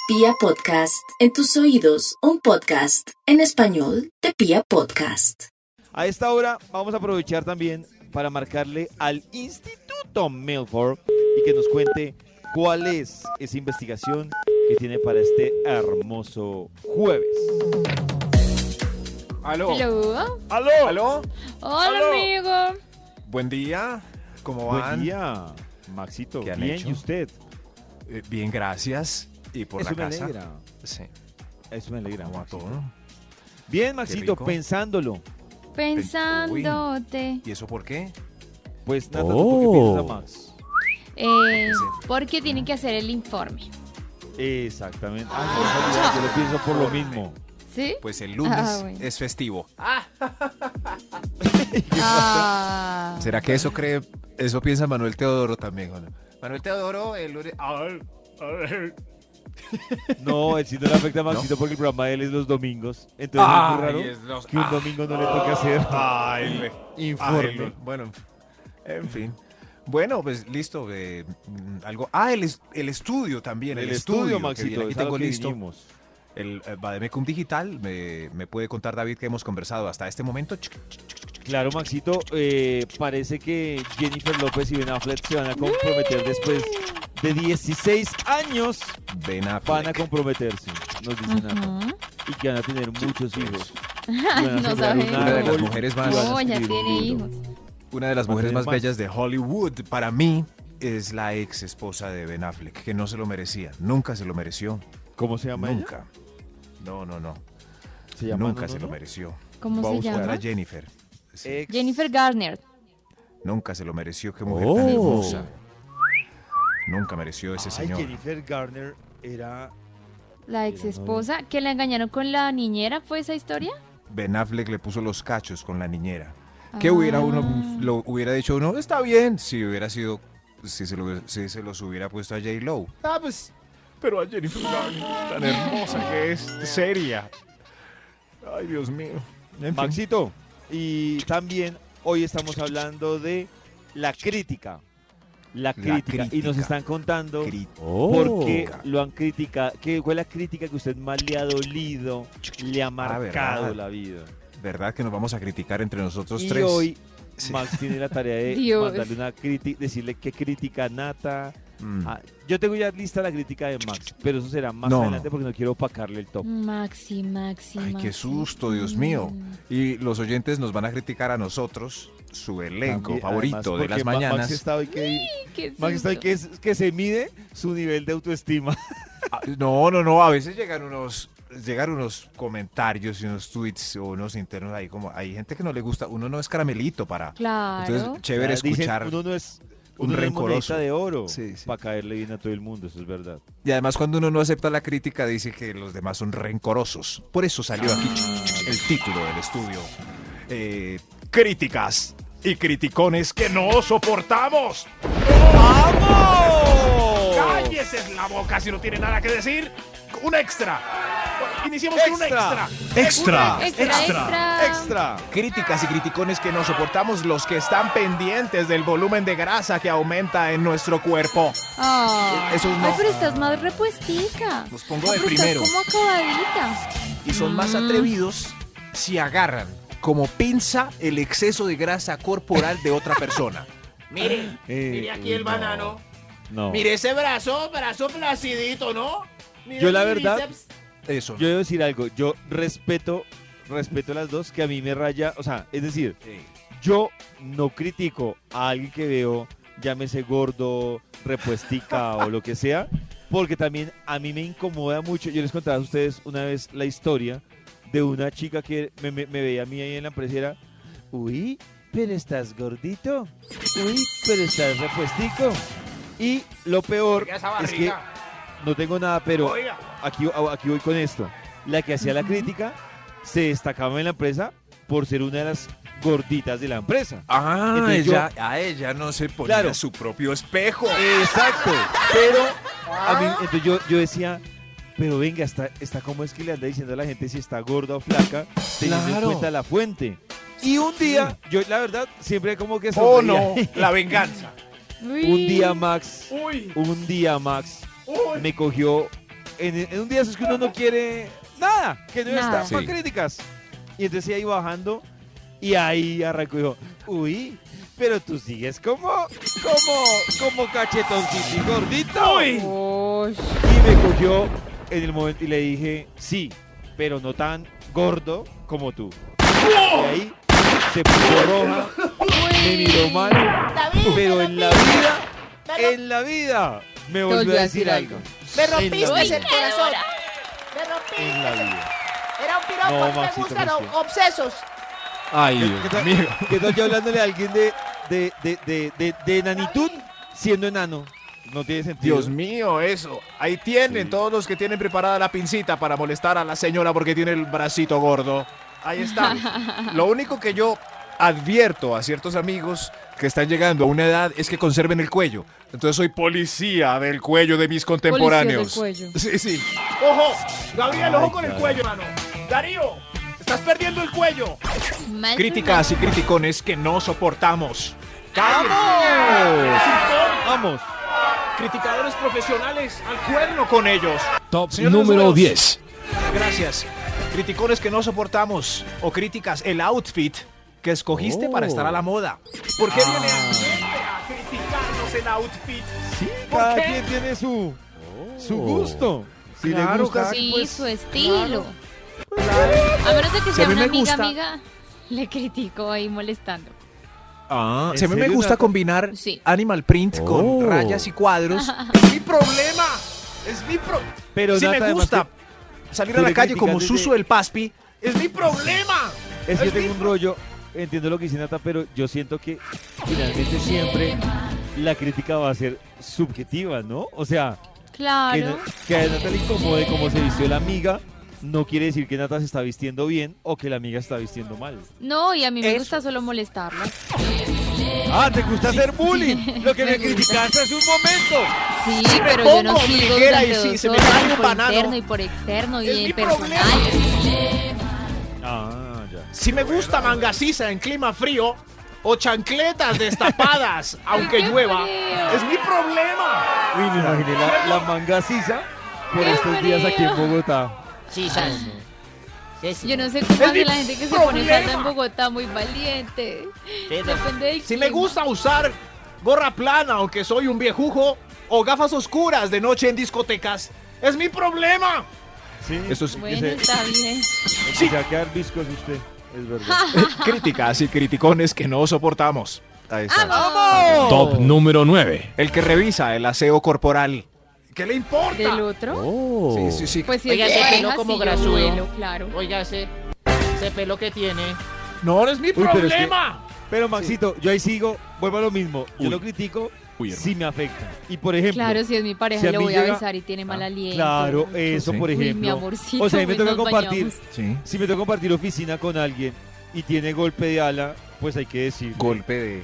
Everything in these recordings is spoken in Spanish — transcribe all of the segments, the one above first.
Pia Podcast, en tus oídos, un podcast en español de Pia Podcast. A esta hora vamos a aprovechar también para marcarle al Instituto Milford y que nos cuente cuál es esa investigación que tiene para este hermoso jueves. ¿Aló? Hello. ¿Aló? ¿Aló? Hola, ¿Aló? amigo. Buen día, ¿cómo van? Buen día, Maxito. ¿Qué han Bien, hecho? ¿y usted? Bien, gracias. ¿Y por Eso la me casa? alegra. Sí. Eso me alegra, ¿Cómo va Maxito. todo? Bien, Maxito, rico. pensándolo. Pensándote. ¿Y eso por qué? Pues nada, ¿tú qué piensas, Max? Porque tienen que hacer el informe. Exactamente. Yo lo pienso por lo mismo. ¿Sí? Pues el lunes Bueno. es festivo. Ah. ¿Será que eso piensa Manuel Teodoro también? ¿O no? Manuel Teodoro, el lunes... No, él sí no le afecta a Maxito porque el programa de él es los domingos. Entonces es muy raro que un domingo no le toque hacer informe. Bueno, en fin. Bueno, pues listo. Algo. El estudio también. El estudio, que Maxito. viene aquí es a lo tengo que listo. vinimos. El Bademecum Digital. Me puede contar, David, que hemos conversado hasta este momento. Claro, Maxito, parece que Jennifer López y Ben Affleck se van a comprometer después de 16 años. Ben Affleck. Van a comprometerse, nos dicen acá. Ujú. Y que van a tener muchos hijos. Ay, no sabía. Una de las mujeres más- No, ya tiene hijos. Una de las Va a mujeres tener más más. bellas de Hollywood, para mí, es la ex esposa de Ben Affleck, que no se lo merecía. Nunca se lo mereció. ¿Cómo se llama Nunca. No. ella? ¿Se llama Nunca no, se no, lo no? mereció. ¿Cómo Va a se buscar llama? a Jennifer. Sí. Ex- Jennifer Garner. Nunca se lo mereció. Qué mujer tan hermosa. Nunca mereció ese Ay, señor. Jennifer Garner era... La ex esposa que la engañaron con la niñera. ¿Fue esa historia? Ben Affleck le puso los cachos con la niñera. ¿Qué hubiera lo hubiera dicho uno? Está bien, si hubiera sido, si se los hubiera puesto a J-Lo. Ah, pues, pero a Jennifer Garner, tan hermosa que es, seria. Ay, Dios mío. En fin. Maxito, y también hoy estamos hablando de la crítica. La crítica. Y nos crítica. están contando Oh. por qué lo han criticado. ¿Qué fue la crítica que usted más le ha dolido, le ha marcado ¿verdad? la vida? ¿Verdad que nos vamos a criticar entre nosotros Y tres? hoy Sí. Max tiene la tarea de Dios. mandarle una crítica, decirle qué crítica nata. Mm. Yo tengo ya lista la crítica de Max, pero eso será más No, adelante no. porque no quiero opacarle el top. Maxi. Ay, qué susto, Dios mío. Y los oyentes nos van a criticar a nosotros, su elenco También, favorito además, de porque las Max mañanas. está hoy que... Qué Max está hoy susto. que se mide su nivel de autoestima. No, a veces llegan unos comentarios y unos tweets o unos internos ahí como hay gente que no le gusta, uno no es caramelito para. Claro. Entonces, chévere Dicen, escuchar. uno no es un uno no es rencoroso. monedita de oro Sí, sí. para caerle bien a todo el mundo, eso es verdad. Y además cuando uno no acepta la crítica dice que los demás son rencorosos. Por eso salió aquí el título del estudio. Críticas y criticones que no soportamos. ¡Vamos! ¡Cállese la boca si no tiene nada que decir! ¡Un extra! Iniciemos con un Extra. extra. Extra. Críticas y criticones que no soportamos, los que están pendientes del volumen de grasa que aumenta en nuestro cuerpo. Eso no. Ay, pero estás más repuestica. Los pongo de Pero primero. Estás como acabadita. Y son más atrevidos si agarran como pinza el exceso de grasa corporal de otra persona. Mire aquí el banano. No. Mire ese brazo placidito, ¿no? Mire Yo la mi verdad- bíceps. Eso. Yo debo decir algo, yo respeto las dos, que a mí me raya, o sea, es decir, yo no critico a alguien que veo, llámese gordo, repuestica o lo que sea, porque también a mí me incomoda mucho. Yo les contaba a ustedes una vez la historia de una chica que me veía a mí ahí en la empresa y era, uy, pero estás gordito, uy, pero estás repuestico. Y lo peor Oiga esa es que barriga. no tengo nada, pero Oiga. aquí voy con esto. La que hacía la crítica se destacaba en la empresa por ser una de las gorditas de la empresa. Ah, Entonces a ella no se ponía Claro. su propio espejo. Exacto. Pero a mí, entonces yo decía, pero venga, está como es que le anda diciendo a la gente si está gorda o flaca, teniendo en Claro. cuenta la fuente. Y un día, yo la verdad, siempre como que Oh, sonreía. no, la venganza. Uy. Un día Max Uy, me cogió en un día es que uno no quiere nada, que no Nada. está para Sí. críticas. Y entonces ahí bajando y ahí arrancó y dijo, uy, pero tú sigues como cachetoncito y gordito. Uy. Y me cogió en el momento y le dije, sí, pero no tan gordo como tú. Y ahí se puso roja, me miró mal, David, pero me en la rompiste. vida me volvió a decir algo. Me En la rompiste vida. el corazón. Me rompiste. En la vida. Era un piropo, No, no, me Maxito, gustan, Maxito. obsesos. Ay, ¿Qué Dios tal, mío. qué tal yo hablándole a alguien de enanitud siendo enano? No tiene sentido. Dios mío, eso. Ahí tienen Sí. todos los que tienen preparada la pincita para molestar a la señora porque tiene el bracito gordo. Ahí está. Lo único que yo advierto a ciertos amigos que están llegando a una edad es que conserven el cuello. Entonces soy policía del cuello de mis contemporáneos. Policía del cuello. Sí, sí. Ojo, Gabriel, ojo con el claro. cuello, hermano. Darío, estás perdiendo el cuello. Mal Críticas y sonado. criticones que no soportamos. Vamos. Criticadores profesionales al cuerno con ellos. Top Señor de los número números. 10. Gracias. Criticones que no soportamos. O críticas, el outfit que escogiste para estar a la moda. ¿Por qué viene a criticarnos el outfit? Sí, ¿Por cada qué? quien tiene su gusto. Si le Claro, gusta, casi. Sí, pues, su estilo. A menos de que Si sea a mí una me gusta. amiga, le critico ahí molestando. Ah, ¿En si a mí me serio, gusta Nata? combinar Sí. animal print con Oh. rayas y cuadros. Es mi problema. Es mi problema. pero Si Nata, me además gusta salir tú a la le calle criticas como desde- Suso el Paspi, es mi problema. es que yo es mi tengo un rollo, entiendo lo que dice Nata, pero yo siento que finalmente siempre la crítica va a ser subjetiva, ¿no? O sea, Claro. que a Nata le incomode cómo se vistió la amiga, no quiere decir que Nata se está vistiendo bien o que la amiga está vistiendo mal. No, y a mí me Eso. gusta solo molestarla. Ah, ¿te gusta hacer bullying? Lo que me Me gusta. criticaste hace un momento. Sí, Si me pero yo no pongo sigo ombliguera durante y si 2 se me horas cae y un por banano, interno y por externo y es mi en problema. personal. Ah, ya. Si me gusta manga sisa en clima frío o chancletas destapadas aunque ¡Qué llueva, frío! es mi problema. Uy, me imaginé la manga sisa por ¡Qué estos días aquí en frío! Bogotá. Sí, ¿sabes? Sí, sí. Yo no sé cómo Es hace mi la gente que se pone problema. falda en Bogotá, muy valiente. Sí, no. Depende del Si me clima. gusta usar gorra plana aunque soy un viejujo o gafas oscuras de noche en discotecas, es mi problema. Sí, Eso es Bueno, está bien. se va a quedar viscoso usted, es verdad. críticas y criticones que no soportamos. Ahí está. ¡Vamos! Top número 9. El que revisa el aseo corporal. ¿Qué le importa? ¿Del otro? Oh. Sí, sí, sí. Pues si Oiga, es de ese pareja, pelo como sí, yo grasudo. vuelo, claro. Oiga, ese pelo que tiene. No, no es mi pero es que- problema. Pero Maxito, yo ahí sigo, vuelvo a lo mismo. Yo Uy. lo critico Uy, si me afecta. Y por ejemplo, Claro, si es mi pareja, si a lo mí voy a llega- besar y tiene mal aliento. claro, eso Sí. por Uy, ejemplo. mi amorcito, o sea, a mí me pues toca nos compartir, bañamos. Sí. si me toca compartir oficina con alguien y tiene golpe de ala, pues hay que decir. Golpe de...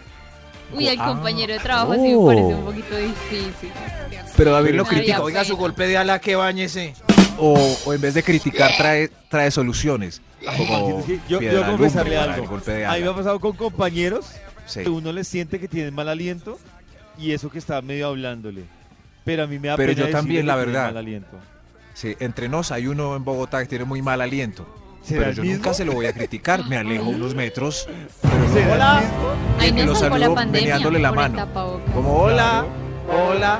Uy, el Ah. compañero de trabajo sí me parece un poquito difícil. Pero David Pero lo es que- critica. Daría Oiga, su pena. golpe de ala que bañese. O en vez de criticar trae soluciones. Como Es que yo piedra voy a confesarle lumbre para algo. el golpe de A mí me ala. ha pasado con compañeros Sí. que uno les siente que tienen mal aliento y eso que está medio hablándole. Pero a mí me da Pero pena yo decirle también, que la tienen verdad. mal aliento. Sí, entre nos hay uno en Bogotá que tiene muy mal aliento. ¿Será Pero el yo mismo? nunca se lo voy a criticar. Me alejo unos metros. ¿Será el Hola. mismo? Ahí que lo nos salvó la saludo pandemia meneándole la por el mano. tapabocas. Como hola, hola.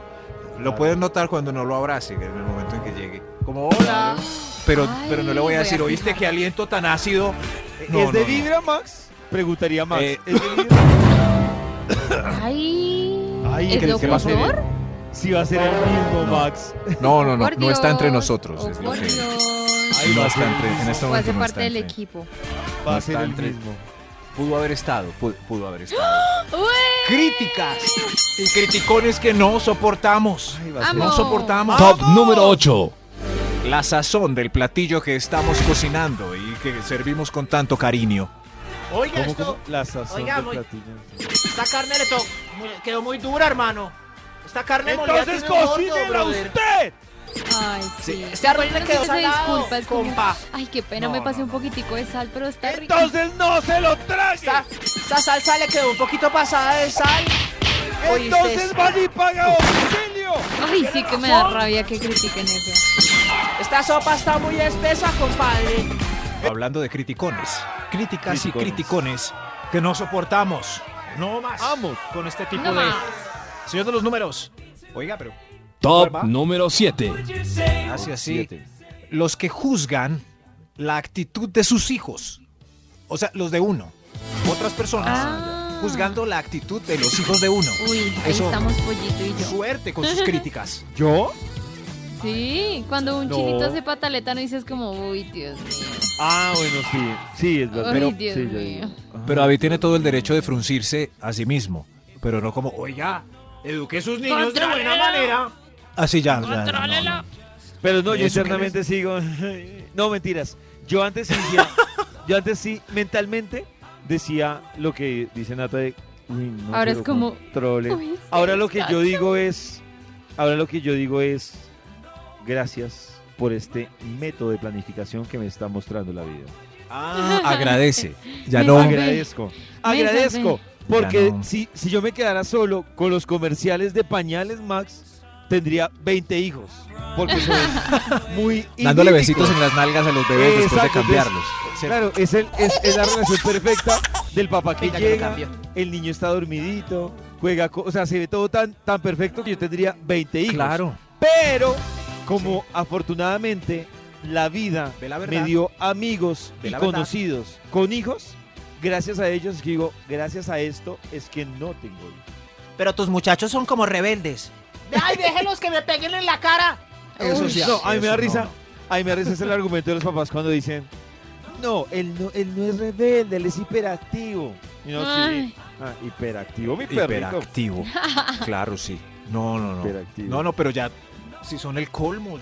Lo pueden notar cuando no lo abrace, en el momento en que llegue. Como hola. Pero no le voy a Ay, decir, voy a ¿oíste fijar. qué aliento tan ácido? No, ¿Es de no, no. vibra, Max? Preguntaría Max. Eh, ¿Es de vibra? Ay, Ay, ¿es ¿qué va a ser? locutor? Si va a ser el mismo, No. Max. No Por no está entre Dios. nosotros. Oh, es lo por que... Dios. Ay, No va a está ser entre, el en mismo. este O momento hace no parte está del entre. equipo. Va no a ser está el entre- mismo. Pudo haber estado, pudo haber estado. ¡Uy! Críticas y criticones que no soportamos. Ay, va a ser- No Amo. soportamos. Top número 8. La sazón del platillo que estamos cocinando y que servimos con tanto cariño. Oiga, ¿Cómo, esto, cómo? La sazón Oiga, del muy- platillo. esta carne quedó muy dura, hermano. Esta carne molida Entonces tiene un gordo, cocínela brother. usted. Ay, sí. Este arroz Pero me sí quedó que se salado, disculpa, es como, compa. ay, qué pena, No, me pasé no, un poquitico de sal, pero está rico. Entonces no se lo trague. Esta salsa le quedó un poquito pasada de sal. Entonces vaya y paga domicilio. Ay, sí que me da rabia que critiquen eso. Esta sopa está muy espesa, compadre. Hablando de criticones, críticas y Criticones. criticones que no soportamos. No más. Vamos. Con este tipo No de... más. Señor de los números. Oiga, pero... Top ¿Va? número 7. Así así. 7. Los que juzgan la actitud de sus hijos. O sea, los de uno. Otras personas Ah. juzgando la actitud de los hijos de uno. Uy, ahí Eso. estamos Pollito y yo. Suerte con sus críticas. ¿Yo? Sí, cuando un No. chinito hace pataleta no dices como, uy, Dios mío. Ah, bueno, sí. Sí, es verdad. Ay, Pero, Dios sí, yo mío. digo. Ajá. Pero David tiene todo el derecho de fruncirse a sí mismo. Pero no como, oiga, Eduque a sus niños de buena manera. así ya. Pero no, yo ¿Eso internamente sigo. No, mentiras. Yo antes sí decía, yo antes sí mentalmente decía lo que dice Nata de. Uy, no, Ahora es pero como, controle. uy, Ahora lo que yo cacho. digo es. Ahora lo que yo digo es. Gracias por este método de planificación que me está mostrando la vida. Ah, agradece. Ya Me no. salvé. Agradezco. Me Agradezco. salvé. Porque Ya no. si yo me quedara solo con los comerciales de pañales, Max, tendría 20 hijos. Porque soy muy Dándole idílico. besitos en las nalgas a los bebés después de Exacto, cambiarlos. Claro, es la relación perfecta del papá que Venga, yo lo llega, cambio. el niño está dormidito, juega, o sea, se ve todo tan perfecto que yo tendría 20 hijos. Claro. Pero, como afortunadamente la vida Ve la verdad. me dio amigos Ve y la verdad. conocidos con hijos, gracias a ellos, es que digo, gracias a esto es que no tengo hijos. Pero tus muchachos son como rebeldes. Ay, déjenlos que me peguen en la cara. Eso sí. No, a mí me da eso risa. no. A mí me da risa ese el argumento de los papás cuando dicen, no, él no es rebelde, él es hiperactivo. Y no, sí. Ay. Ah, hiperactivo, mi perrito. Hiperactivo. Claro, sí. No. Hiperactivo. No, pero ya, si son el colmo,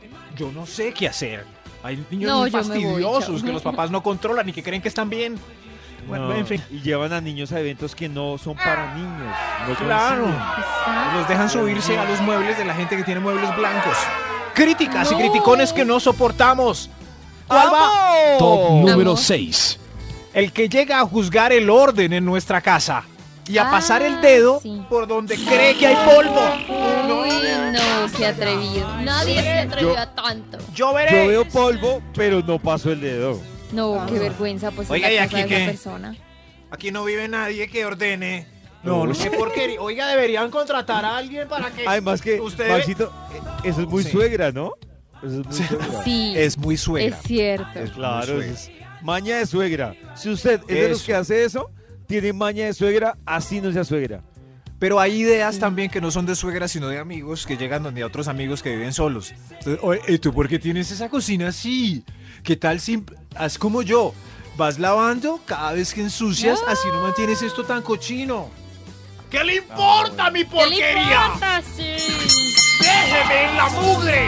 yo no sé qué hacer. Hay niños No, muy yo me voy, fastidiosos chao. que los papás no controlan y que creen que están bien. Bueno, No, en fin. Y llevan a niños a eventos que no son para niños. No son Claro. cine. Exacto. Los dejan subirse a los muebles de la gente que tiene muebles blancos. Críticas y No. criticones que no soportamos. ¿Cuál va? Top número Vamos. 6. El que llega a juzgar el orden en nuestra casa y a Ah, pasar el dedo sí. por donde cree que hay polvo. Uy, no, qué atrevido. Nadie se atrevió Yo- a tanto. Yo veré. Yo veo polvo, pero no paso el dedo. No, qué vergüenza, pues Oiga, es ¿y la aquí casa de qué? esa persona. Aquí no vive nadie que ordene. No, no. qué porquería. Oiga, deberían contratar a alguien para que... Además que, Usted- Maxito, eso es muy Sí. suegra, ¿no? Eso es muy suegra. Sí, Es muy suegra. es cierto. Es Claro, muy eso suegra. es maña de suegra. Si usted es de los Eso. que hace eso, tiene maña de suegra, así no sea suegra. Pero hay ideas también que no son de suegra, sino de amigos que llegan donde hay otros amigos que viven solos. Entonces, oye, ¿y tú por qué tienes esa cocina así? ¿Qué tal si haz como yo? Vas lavando cada vez que ensucias, así no mantienes esto tan cochino. ¿Qué le importa mi ¿Qué le porquería? importa? Sí. ¡Déjeme en la mugre!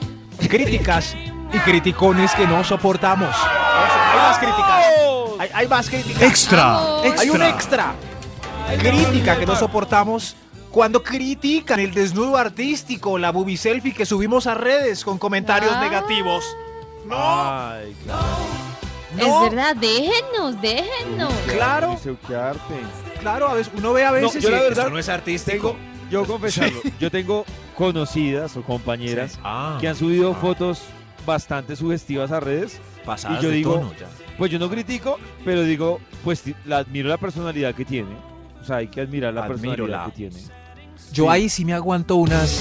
Críticas y criticones que no soportamos. Hay más críticas. Hay más críticas. Vamos. Hay un extra. Crítica que no soportamos cuando critican el desnudo artístico, la boobie selfie que subimos a redes con comentarios Ah. negativos. No, Ay, claro. no, Es verdad, déjennos. Claro. Dice, qué arte. claro, a veces uno ve a veces No, yo la y verdad esto no es artístico. Yo confesarlo, yo tengo conocidas o compañeras Sí. Ah. que han subido fotos bastante sugestivas a redes. Pasadas y yo de digo, tono ya. Pues yo no critico, pero digo, pues admiro la personalidad que tiene. O sea, hay que admirar la Admírala. personalidad que tiene. Yo Sí. ahí sí me aguanto unas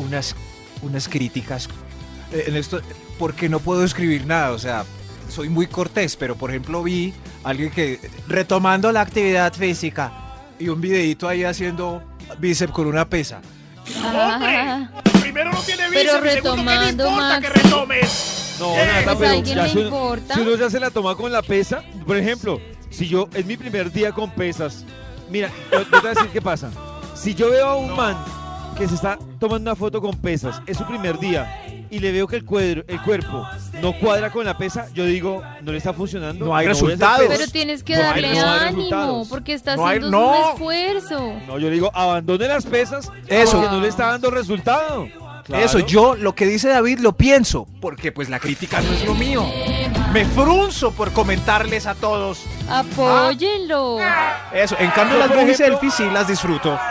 críticas en esto, porque no puedo escribir nada, o sea, soy muy cortés, pero por ejemplo vi a alguien que, retomando la actividad física, y un videito ahí haciendo bíceps con una pesa. Ah, Primero no tiene Pero retomando, Maxi. retomes? No, Pues nada, a pero alguien ya le si uno, importa. si uno ya se la toma con la pesa, por ejemplo, si yo, es mi primer día con pesas, mira, yo te voy a decir qué pasa. Si yo veo a un man que se está tomando una foto con pesas, es su primer día, y le veo que el cuerpo no cuadra con la pesa, yo digo, no le está funcionando. No hay voy a hacer resultados. pesas. Pero tienes que No hay- darle no hay ánimo, resultados. porque está No hay- haciendo no. un esfuerzo. No, yo le digo, abandone las pesas, Eso. porque no le está dando resultado. Claro. Eso, yo lo que dice David lo pienso, porque pues la crítica no es lo mío. Me frunzo por comentarles a todos. Apóyenlo. Eso, en cambio Yo, las por boobie ejemplo- selfies sí las disfruto.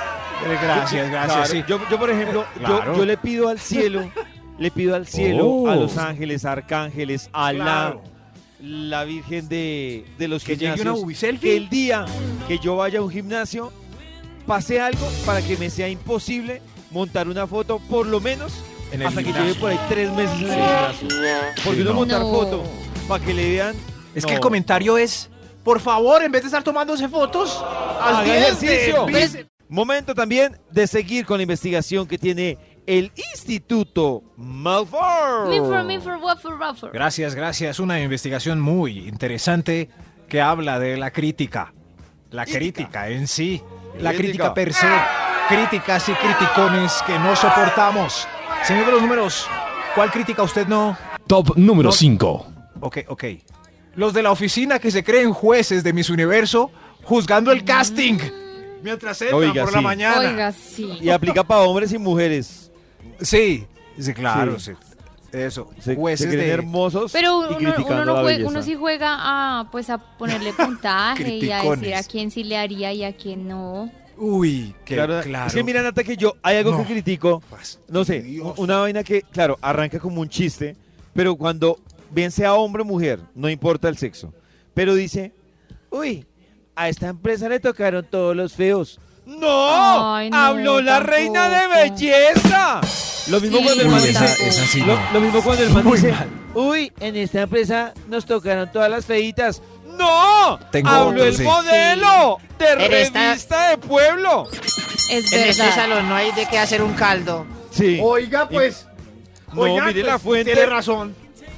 Gracias, Claro, sí. yo, por ejemplo, Claro. yo le pido al cielo, a los ángeles, arcángeles, a Claro. la Virgen de los Que llegue gimnasios, una ubiselfie. que el día que yo vaya a un gimnasio pase algo para que me sea imposible montar una foto, por lo menos En el hasta que gimnasio. lleve por ahí 3 meses en el gimnasio. Porque Sí, uno no. montar No. foto para que le vean. Es no. que el comentario es, por favor, en vez de estar tomándose fotos, haz Haga 10 ejercicio. de bíceps. Momento también de seguir con la investigación que tiene el Instituto Malfour. Gracias. Una investigación muy interesante que habla de la crítica. La crítica en sí. La crítica per se. Críticas y criticones que no soportamos. Señor de los números, ¿cuál crítica usted no? Top número No. 5. Ok. Los de la oficina que se creen jueces de Miss Universo juzgando el casting. Mientras entran Oiga, por la sí. mañana. Oiga, sí. Y aplica para hombres y mujeres. Sí, claro, Sí. sí. Eso, Se jueces creen de... hermosos Pero y uno, criticando no la juega, belleza. uno sí juega a, pues, a ponerle puntaje y a decir Criticones. a quién sí le haría y a quién no. Uy, Claro. claro. Es que mira, Nata, que yo hay algo No. que critico. No sé, Dios. una vaina que, claro, arranca como un chiste, pero cuando bien sea hombre o mujer, no importa el sexo, pero dice, uy, a esta empresa le tocaron todos los feos. ¡No! Ay, no, ¡Habló la tampoco. reina de belleza! Lo mismo Sí, cuando el man Uy, dice, esa sí lo, no. lo mismo cuando el man Muy dice, mal. uy, en esta empresa nos tocaron todas las feitas. ¡No! Tengo ¡Habló otro, el sí. modelo de En esta- revista de pueblo! Es En este verdad. salón no hay de qué hacer un caldo. Sí. Oiga, pues. No, mire la fuente. Tiene razón.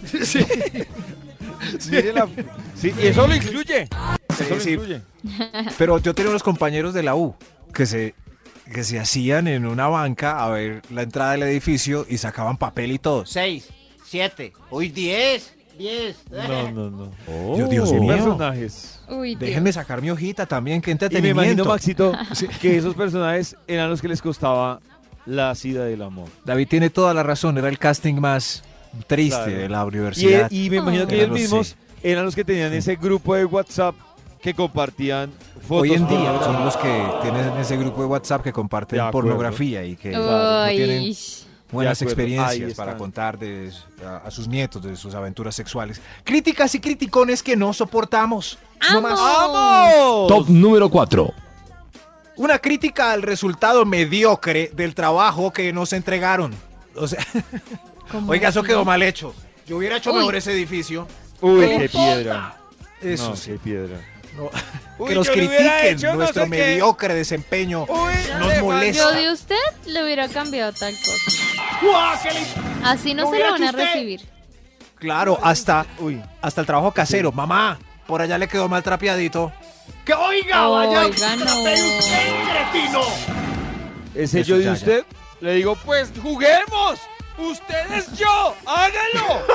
Mire la- sí, y eso lo incluye. Eso lo sí. incluye. Pero yo tenía unos compañeros de la U que se hacían en una banca a ver la entrada del edificio y sacaban papel y todo. 6, 7, uy, 10. 10. No. Dios mío. Personajes. Uy, Dios. Déjenme sacar mi hojita también, que Y me entretenimiento. imagino, Maxito, que esos personajes eran los que les costaba la sida del amor. David tiene toda la razón, era el casting más triste Claro. de la Y, universidad. y me imagino que Eran ellos los- mismos sí. eran los que tenían ese grupo de WhatsApp que compartían fotos. Hoy en día pornográficas. son los que tienen ese grupo de WhatsApp que comparten De acuerdo. pornografía y que Claro, no tienen Ay, buenas De acuerdo, ahí experiencias están. para contar a sus nietos de sus aventuras sexuales. Críticas y criticones que no soportamos. No más. ¡Vamos! Top número 4. Una crítica al resultado mediocre del trabajo que nos entregaron. O sea, ¿cómo oiga, eso así? quedó mal hecho. Yo hubiera hecho Uy. mejor ese edificio. Uy, ¿Qué qué le piedra. Eso No, sí. qué piedra. No. Uy, Que nos yo le hubiera critiquen hecho no nuestro sé qué. mediocre desempeño. Uy, Nos le molesta. Yo de usted le hubiera cambiado tal cosa. Así no ¿Lo se hubiera lo van a hecho usted? recibir. Claro, hasta Uy. el trabajo casero. Mamá, por allá le quedó mal trapeadito. Que oiga, vaya. Oiga, no. Pero usted, cretino. Ese Eso yo de ya, usted, le digo, pues juguemos. Ustedes yo, háganlo.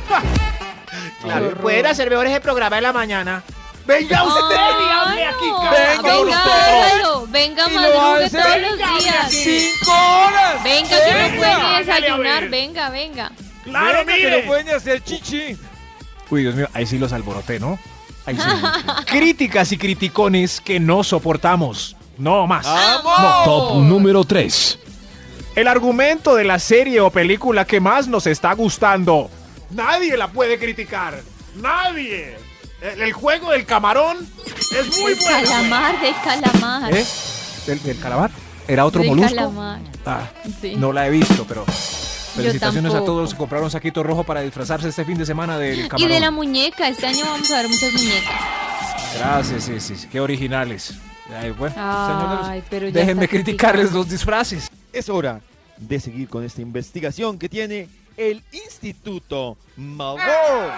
Claro. Pueden hacer mejor ese programa de la mañana. Venga usted y hable Ay, aquí, no. carajo. Venga Venga, usted. hágalo. Venga, Y lo madrugue hace. todos los Venga, días. 5 horas. Venga, que no puede ni hágale, a desayunar. ver. Venga, venga. Claro, Venga, que mire. no pueden ni hacer chichi. Uy, Dios mío, ahí sí los alboroté, ¿no? Ahí sí. Críticas y criticones que no soportamos. No más. ¡Vamos! Top número 3. El argumento de la serie o película que más nos está gustando. Nadie la puede criticar. Nadie. El juego del camarón es muy Del bueno. calamar, del calamar. ¿Eh? ¿Del calamar? ¿Era otro Del molusco? calamar. Ah, Sí. no la he visto, pero felicitaciones a tampoco. todos los que compraron saquito rojo para disfrazarse este fin de semana del Y camarón. de la muñeca. Este año vamos a ver muchas muñecas. Gracias, sí, qué originales. Ay, bueno, señor de los- Ay, pero ya déjenme está criticarles criticando. los disfraces. Es hora de seguir con esta investigación que tiene el Instituto Malfour.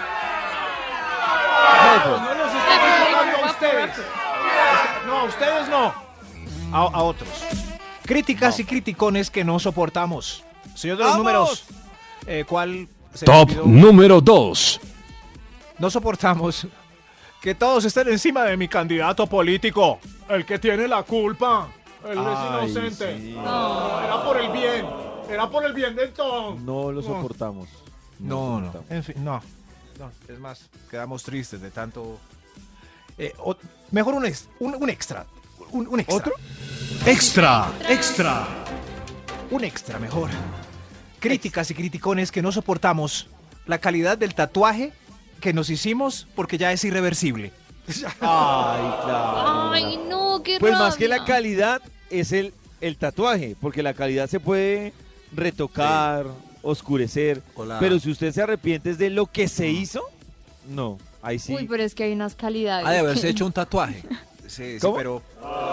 No los estamos jugando a ustedes. No, a ustedes no. A otros. Críticas y criticones que no soportamos. Señor de los ¡Vamos! números, ¿cuál se Top me olvidó? número 2. No soportamos que todos estén encima de mi candidato político. El que tiene la culpa. Él Ay, es inocente. sí. Era por el bien. Era por el bien del todo. No lo soportamos. No. soportamos. En fin, no. Es más, quedamos tristes de tanto. Mejor un extra. Un extra. ¿Otro? Extra. Un extra mejor. Críticas y criticones que no soportamos la calidad del tatuaje que nos hicimos porque ya es irreversible. Ay, claro. Ay, no, qué Pues más que la rabia. calidad es el tatuaje, porque la calidad se puede retocar, oscurecer, Hola. pero si usted se arrepiente es de lo que se hizo, no, ahí sí. Uy, pero es que hay unas calidades. Ha de haberse que- hecho un tatuaje. Sí, ¿Cómo? pero...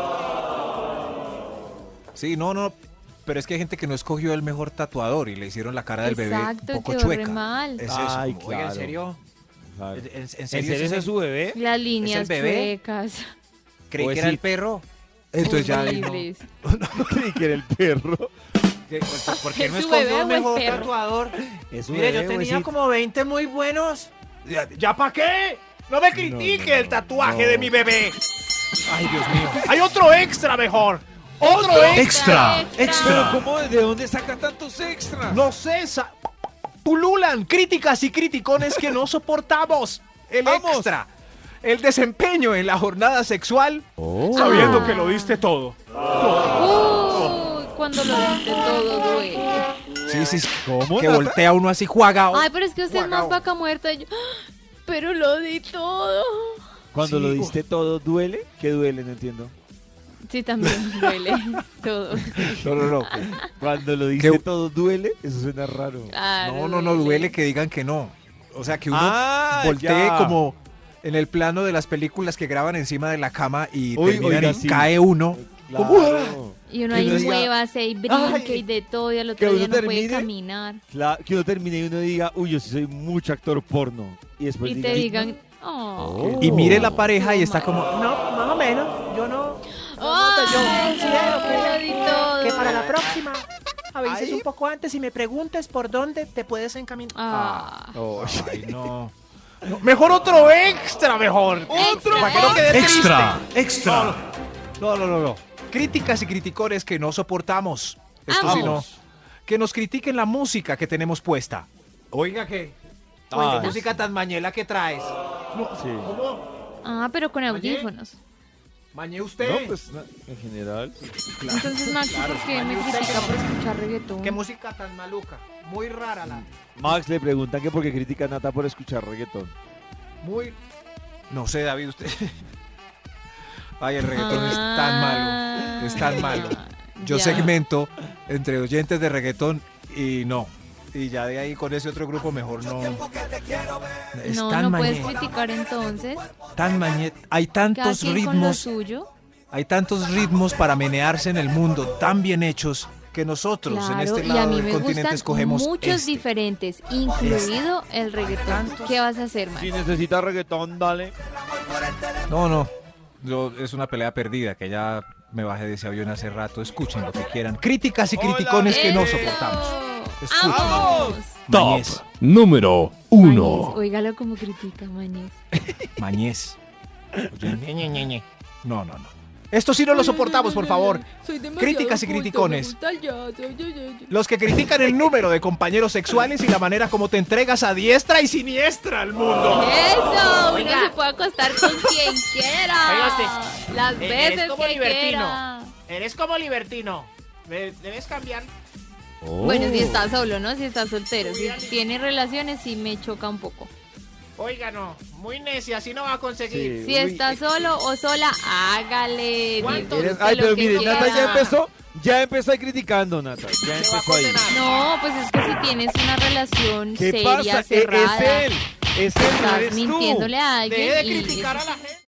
Sí, no. Pero es que hay gente que no escogió el mejor tatuador y le hicieron la cara del bebé Exacto, un poco quedó chueca. re mal. Es eso. Ay, como, oiga, ¿en claro. serio? Claro. ¿En ¿En serio serio ese es su bebé? Las líneas bebé? chuecas. Creí O que es era el it. perro. Entonces ya... ahí no. Horribles. Creí que era el perro. ¿Por qué ¿Es no su escogió bebé o un el mejor perro? tatuador? Es su Mire, bebé, yo tenía huesito. como 20 muy buenos. ¿Ya para qué? No me critique el tatuaje de mi bebé. Ay, Dios mío. Hay otro extra mejor. Otro extra. Pero ¿cómo, de dónde sacan tantos extras? No sé, pululan críticas y criticones que no soportamos. El ¡Vamos! extra. El desempeño en la jornada sexual Sabiendo que lo diste todo. Cuando lo diste todo duele. Sí. ¿Cómo, Que Nata? voltea uno así juagao. Ay, pero es que usted es más vaca muerta. Y yo, ¡ah! Pero lo di todo. Cuando Sí, lo diste todo, ¿duele? ¿Qué duele? No entiendo. Sí, también duele todo. No. Cuando lo diste ¿Qué? todo, ¿duele? Eso suena raro. Claro, No duele que digan que no. O sea, que uno Ah, voltee ya. como en el plano de las películas que graban encima de la cama y Uy, terminan oiga, y sí. cae uno. Claro. Y uno Que ahí uno diga, muévase y brinque "Ay", y de todo y al que otro uno día no puede termine. caminar. Claro, que uno termine y uno diga, uy, yo sí soy mucho actor porno. Y después Y te digan, oh. Y mire la pareja y está como... No, más o menos. Yo no. Ay, yo considero lo di todo. que para la próxima avises Ay. un poco antes y me preguntes por dónde te puedes encaminar. Ah. Ay, no. Mejor otro extra, mejor. Otro Para que no quede Extra. No. Críticas y criticones que no soportamos. Esto sí no. Vamos. Que nos critiquen la música que tenemos puesta. Oiga, ¿qué? Ah, ¿Qué música tan mañela que traes? sí. ¿Cómo? Ah, pero con audífonos. ¿Mañé usted? No, pues en general. Entonces, Max, ¿por qué me critica por escuchar reggaetón? ¿Qué música tan maluca? Muy rara la... Max le preguntan que por qué critica a Nata por escuchar reggaetón. Muy... No sé, David, usted... Ay, el reggaetón es tan malo. Es tan malo. Yo Ya. segmento entre oyentes de reggaetón y no. Y ya de ahí con ese otro grupo mejor no. Es No, tan no puedes mañé, criticar entonces. tan mañé. Hay Cada tantos quien con lo ritmos, suyo. hay tantos ritmos para menearse en el mundo tan bien hechos que nosotros en Claro, este y a lado mí del me continente gustan escogemos muchos este. diferentes, incluido el reggaetón. ¿Qué vas a hacer, Max? Si necesita reggaetón, dale. No. Es una pelea perdida, que ya me bajé de ese avión hace rato. Escuchen lo que quieran. Críticas y Hola. criticones que no ¡Eso! soportamos. Escuchen. ¡Vamos! Top Mañez. número Mañez, 1. óigalo como critica, Mañez. Mañez. Oye, No. Esto sí no lo soportamos, por favor. Críticas y criticones. Los que critican el número de compañeros sexuales y la manera como te entregas a diestra y siniestra al mundo. ¡Eso! Uno Oiga. se puede acostar con quien quiera. Oiga usted, Las eres veces como que libertino. quiera. Eres como libertino. Debes cambiar. Bueno, si está solo, ¿no? Si está soltero. Si tiene relaciones, sí me choca un poco. Oiga, no. Muy necia, así no va a conseguir. Sí. Si está solo o sola, hágale. ¿Cuánto? disfrute Ay, lo pero que mire, Nata quiera. ya empezó ahí criticando, Nata. Ya Te va a empezó ahí. condenar. No, pues es que si tienes una relación ¿Qué seria, pasa? cerrada, Es él, no estás eres tú. mintiéndole a alguien Deje de y criticar eso a la gente.